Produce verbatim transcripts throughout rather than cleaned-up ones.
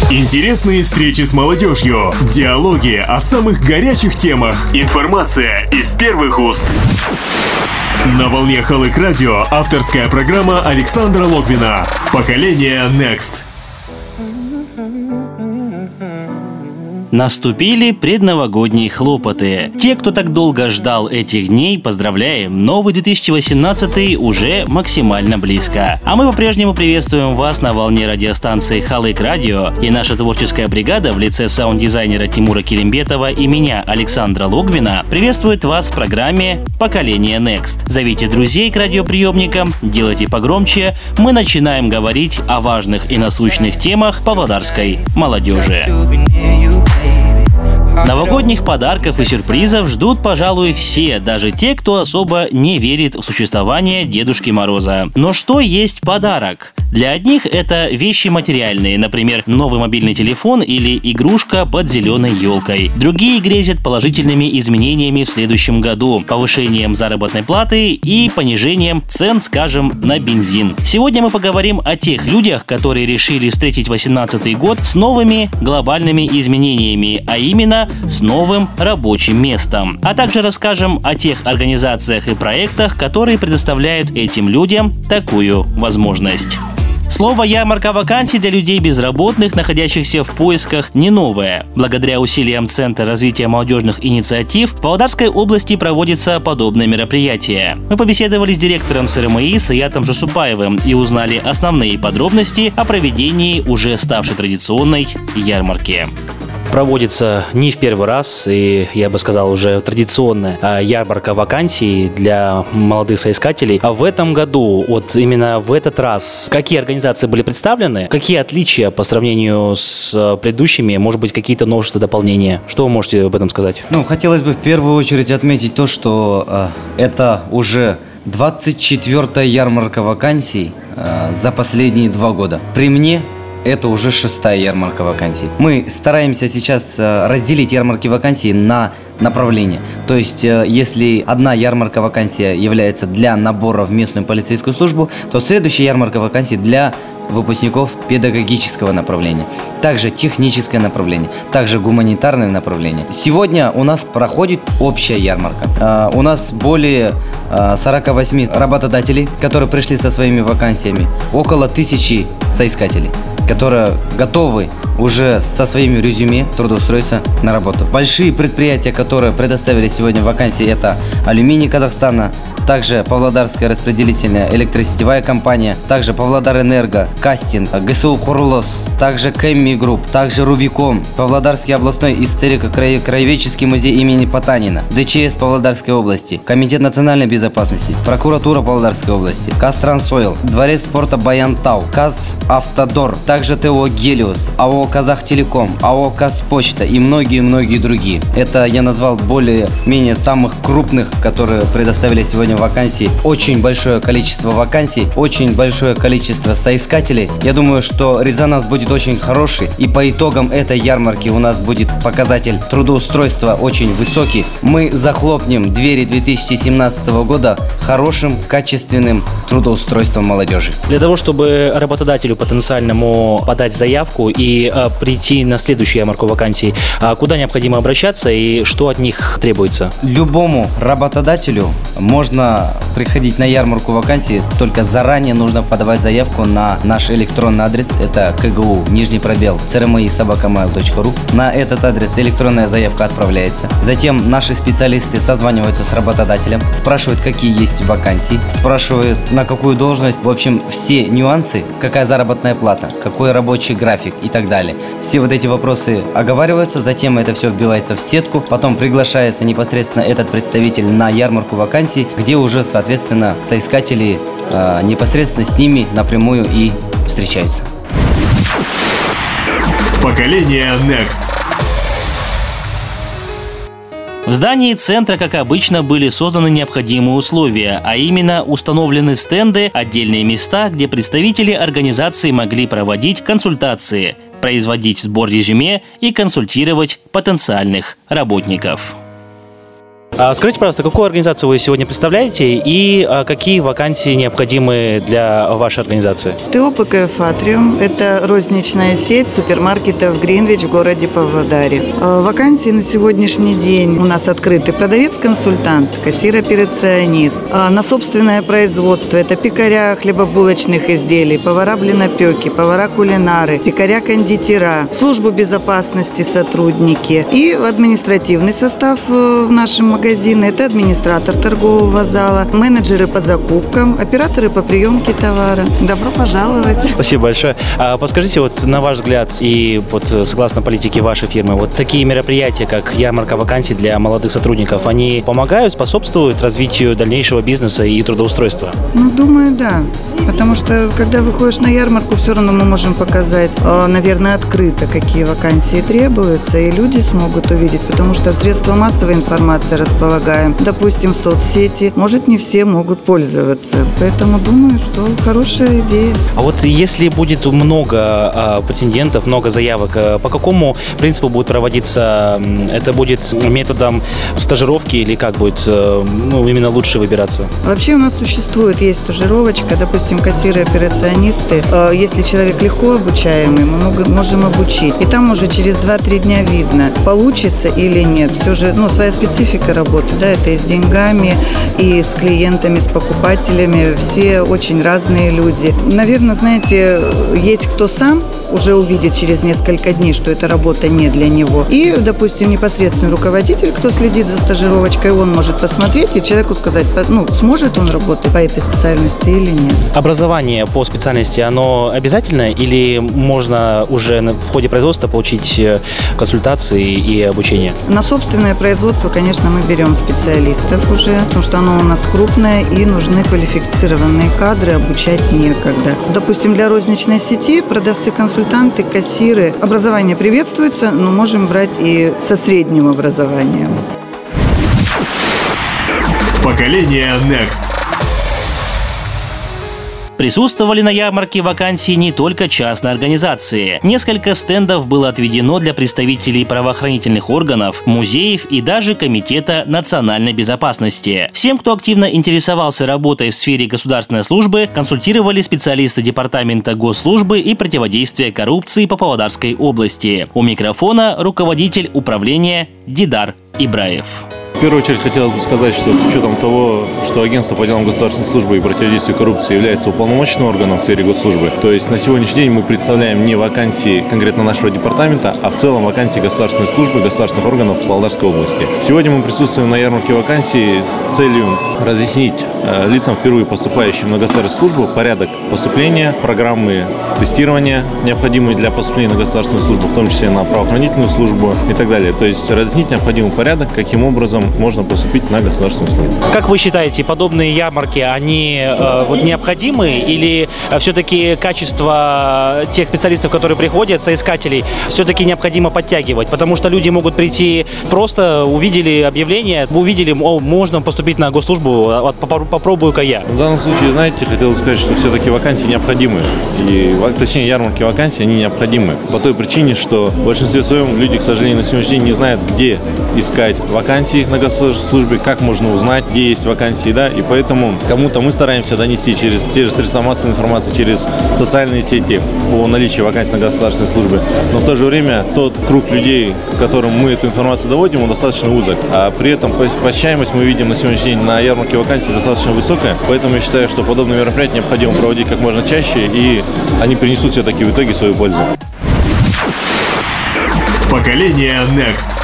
Интересные встречи с молодежью, диалоги о самых горячих темах, информация из первых уст. На волне Халык Радио авторская программа Александра Логвина «Поколение Next». Наступили предновогодние хлопоты. Те, кто так долго ждал этих дней, поздравляем, новый две тысячи восемнадцатый уже максимально близко. А мы по-прежнему приветствуем вас на волне радиостанции Халык Радио, и наша творческая бригада в лице саунд-дизайнера Тимура Келимбетова и меня, Александра Логвина, приветствует вас в программе «Поколение Next». Зовите друзей к радиоприемникам, делайте погромче, мы начинаем говорить о важных и насущных темах павлодарской молодежи. Новогодних подарков и сюрпризов ждут, пожалуй, все, даже те, кто особо не верит в существование Дедушки Мороза. Но что есть подарок? Для одних это вещи материальные, например, новый мобильный телефон или игрушка под зеленой елкой. Другие грезят положительными изменениями в следующем году, повышением заработной платы и понижением цен, скажем, на бензин. Сегодня мы поговорим о тех людях, которые решили встретить восемнадцатый год с новыми глобальными изменениями, а именно с новым рабочим местом. А также расскажем о тех организациях и проектах, которые предоставляют этим людям такую возможность. Слово «ярмарка вакансий» для людей безработных, находящихся в поисках, не новое. Благодаря усилиям Центра развития молодежных инициатив в Павлодарской области проводятся подобные мероприятия. Мы побеседовали с директором СРМИ Саятом Жасупаевым и узнали основные подробности о проведении уже ставшей традиционной ярмарки. Проводится не в первый раз, и, я бы сказал, уже традиционная ярмарка вакансий для молодых соискателей. А в этом году, вот именно в этот раз, какие организации были представлены, какие отличия по сравнению с предыдущими, может быть, какие-то новшества, дополнения? Что вы можете об этом сказать? Ну, хотелось бы в первую очередь отметить то, что э, это уже двадцать четвёртая ярмарка вакансий э, за последние два года. При мне это уже шестая ярмарка вакансий. Мы стараемся сейчас разделить ярмарки вакансий на направления. То есть, если одна ярмарка вакансий является для набора в местную полицейскую службу, то следующая ярмарка вакансий для выпускников педагогического направления, также техническое направление, также гуманитарное направление. Сегодня у нас проходит общая ярмарка. У нас более сорок восемь работодателей, которые пришли со своими вакансиями, около тысячи соискателей, которые готовы уже со своими резюме трудоустроиться на работу. Большие предприятия, которые предоставили сегодня вакансии, это Алюминий Казахстана, также Павлодарская распределительная электросетевая компания, также Павлодарэнерго, Кастинг, ГСУ Хурлос, также Кэмми Групп, также Рубиком, Павлодарский областной историко-краеведческий музей имени Потанина, ДЧС Павлодарской области, Комитет национальной безопасности, Прокуратура Павлодарской области, Казтрансойл, Дворец спорта Баянтау, Казавтодор, также ТО Гелиос, АО Казахтелеком, АО Казпочта и многие-многие другие. Это я назвал более-менее самых крупных, которые предоставили сегодня вакансии. Очень большое количество вакансий, очень большое количество соискателей. Я думаю, что резонанс будет очень хороший, и по итогам этой ярмарки у нас будет показатель трудоустройства очень высокий. Мы захлопнем двери две тысячи семнадцатого года хорошим, качественным трудоустройством молодежи. Для того, чтобы работодателю потенциальному подать заявку и а, прийти на следующую ярмарку вакансий, а, куда необходимо обращаться и что от них требуется? Любому работодателю можно приходить на ярмарку вакансий, только заранее нужно подавать заявку на наш электронный адрес, это КГУ, нижний пробел, црми собака mail точка ру. На этот адрес электронная заявка отправляется. Затем наши специалисты созваниваются с работодателем, спрашивают, какие есть вакансии, спрашивают, на какую должность, в общем, все нюансы, какая заработная плата, какой рабочий график и так далее. Все вот эти вопросы оговариваются, затем это все вбивается в сетку, потом приглашается непосредственно этот представитель на ярмарку вакансий, где уже, соответственно, соискатели э, непосредственно с ними напрямую и встречаются. Поколение Next. В здании центра, как обычно, были созданы необходимые условия, а именно установлены стенды, отдельные места, где представители организации могли проводить консультации, производить сбор резюме и консультировать потенциальных работников. А скажите, пожалуйста, какую организацию вы сегодня представляете и а, какие вакансии необходимы для вашей организации? ТО ПКФ «Атриум» – это розничная сеть супермаркетов «Гринвич» в городе Павлодаре. Вакансии на сегодняшний день у нас открыты: продавец-консультант, кассир-операционист. На собственное производство – это пекаря хлебобулочных изделий, повара-блинопеки, повара-кулинары, пекаря-кондитера, службу безопасности сотрудники. И административный состав в нашем магазине – это администратор торгового зала, менеджеры по закупкам, операторы по приемке товара. Добро пожаловать! Спасибо большое. А подскажите, вот на ваш взгляд и вот согласно политике вашей фирмы, вот такие мероприятия, как ярмарка вакансий для молодых сотрудников, они помогают, способствуют развитию дальнейшего бизнеса и трудоустройства? Ну, думаю, да. Потому что, когда выходишь на ярмарку, все равно мы можем показать, наверное, открыто, какие вакансии требуются, и люди смогут увидеть, потому что средства массовой информации располагаем, допустим, в соцсети, может, не все могут пользоваться. Поэтому думаю, что хорошая идея. А вот если будет много а, претендентов, много заявок, а, по какому принципу будет проводиться? Это будет методом стажировки или как будет, а, ну, именно лучше выбираться? Вообще у нас существует, есть стажировочка, допустим, кассиры, операционисты. Если человек легко обучаемый, мы можем обучить. И там уже через два-три дня видно, получится или нет. Все же, ну, своя специфика работы, да, это и с деньгами, и с клиентами, с покупателями. Все очень разные люди. Наверное, знаете, есть кто сам уже увидит через несколько дней, что эта работа не для него. И, допустим, непосредственный руководитель, кто следит за стажировочкой, он может посмотреть и человеку сказать, ну, сможет он работать по этой специальности или нет. Образование по специальности, оно обязательно или можно уже в ходе производства получить консультации и обучение? На собственное производство, конечно, мы берем специалистов уже, потому что оно у нас крупное и нужны квалифицированные кадры, обучать некогда. Допустим, для розничной сети продавцы-консультанты, консультанты, кассиры. Образование приветствуется, но можем брать и со средним образованием. Поколение Next. Присутствовали на ярмарке вакансий не только частные организации. Несколько стендов было отведено для представителей правоохранительных органов, музеев и даже Комитета национальной безопасности. Всем, кто активно интересовался работой в сфере государственной службы, консультировали специалисты Департамента госслужбы и противодействия коррупции по Павлодарской области. У микрофона руководитель управления Дидар Ибраев. В первую очередь хотелось бы сказать, что с учетом того, что Агентство по делам государственной службы и противодействию коррупции является уполномоченным органом в сфере госслужбы, то есть на сегодняшний день мы представляем не вакансии конкретно нашего департамента, а в целом вакансии государственной службы, государственных органов в Павлодарской области. Сегодня мы присутствуем на ярмарке вакансий с целью разъяснить э, лицам, впервые поступающим на государственную службу, порядок поступления, программы тестирования, необходимые для поступления на государственную службу, в том числе на правоохранительную службу и так далее. То есть разъяснить необходимый порядок, каким образом можно поступить на государственную службу. Как вы считаете, подобные ярмарки, они э, вот необходимы или все-таки качество тех специалистов, которые приходят, соискателей, все-таки необходимо подтягивать? Потому что люди могут прийти, просто увидели объявление, увидели, о, можно поступить на госслужбу, попробую-ка я. В данном случае, знаете, хотел сказать, что все-таки вакансии необходимы. И, точнее, ярмарки вакансий, они необходимы. По той причине, что в большинстве своем люди, к сожалению, на сегодняшний день не знают, где искать вакансии на государственной службе, как можно узнать, где есть вакансии, да, и поэтому кому-то мы стараемся донести через те же средства массовой информации, через социальные сети о наличии вакансий на государственной службе, но в то же время тот круг людей, которым мы эту информацию доводим, он достаточно узок, а при этом посещаемость мы видим на сегодняшний день на ярмарке вакансий достаточно высокая, поэтому я считаю, что подобные мероприятия необходимо проводить как можно чаще, и они принесут все-таки в итоге свою пользу. Поколение Next.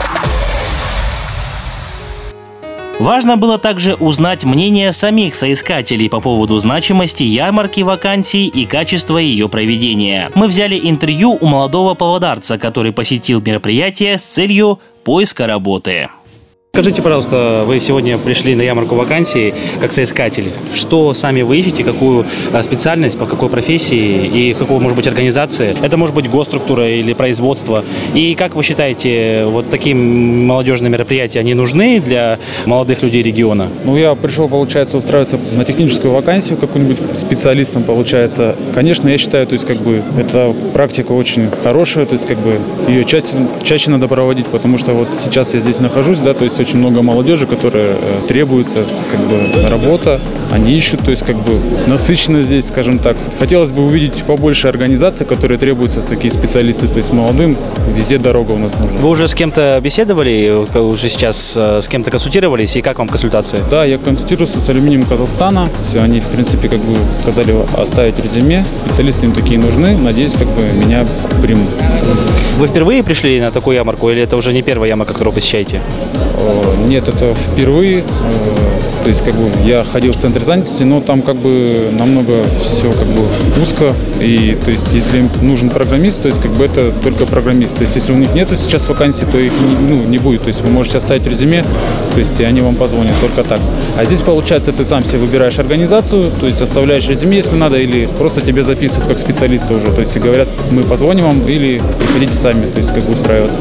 Важно было также узнать мнение самих соискателей по поводу значимости ярмарки вакансий и качества ее проведения. Мы взяли интервью у молодого павлодарца, который посетил мероприятие с целью поиска работы. Скажите, пожалуйста, вы сегодня пришли на ярмарку вакансий как соискатель. Что сами вы ищете, какую специальность, по какой профессии и в какой, может быть, организации? Это может быть госструктура или производство. И как вы считаете, вот такие молодежные мероприятия, они нужны для молодых людей региона? Ну, я пришел, получается, устраиваться на техническую вакансию какую-нибудь специалистом, получается. Конечно, я считаю, то есть, как бы, эта практика очень хорошая, то есть, как бы, ее чаще, чаще надо проводить, потому что вот сейчас я здесь нахожусь, да, то есть, очень много молодежи, которая э, требуется, как бы, работа. Они ищут, то есть, как бы, насыщенно здесь, скажем так. Хотелось бы увидеть побольше организаций, которые требуются, такие специалисты, то есть, молодым везде дорога у нас нужна. Вы уже с кем-то беседовали, уже сейчас э, с кем-то консультировались, и как вам консультация? Да, я консультировался с Алюминием Казахстана. Все, они, в принципе, как бы сказали оставить резюме. Специалисты им такие нужны. Надеюсь, как бы меня примут. Вы впервые пришли на такую ярмарку, или это уже не первая ярмарка, которую посещаете? Нет, это впервые. То есть, как бы, я ходил в центр занятости, но там, как бы, намного все, как бы, узко. И, то есть, если им нужен программист, то есть, как бы, это только программист. То есть, если у них нету сейчас вакансий, то их, ну, не будет. То есть, вы можете оставить резюме, то есть, и они вам позвонят только так. А здесь, получается, ты сам себе выбираешь организацию, то есть, оставляешь резюме, если надо, или просто тебе записывают как специалиста уже. То есть, и говорят, мы позвоним вам, или приходите сами, то есть, как бы, устраиваться.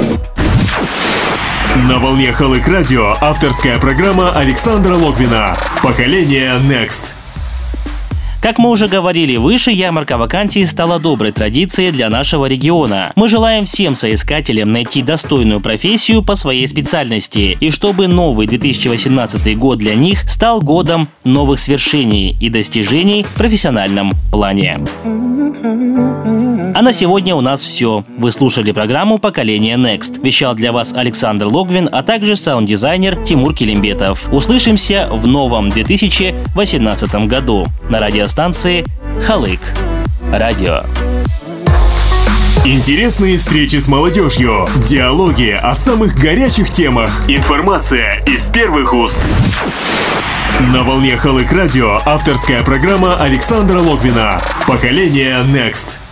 На волне Халык Радио авторская программа Александра Логвина. Поколение Next. Как мы уже говорили выше, ярмарка вакансий стала доброй традицией для нашего региона. Мы желаем всем соискателям найти достойную профессию по своей специальности, и чтобы новый две тысячи восемнадцатый год для них стал годом новых свершений и достижений в профессиональном плане. А на сегодня у нас все. Вы слушали программу «Поколение Next». Вещал для вас Александр Логвин, а также саунд-дизайнер Тимур Келимбетов. Услышимся в новом две тысячи восемнадцатом году на радиостанции Халык Радио. Интересные встречи с молодежью, диалоги о самых горячих темах, информация из первых уст. На волне Халык Радио авторская программа Александра Логвина. Поколение Next.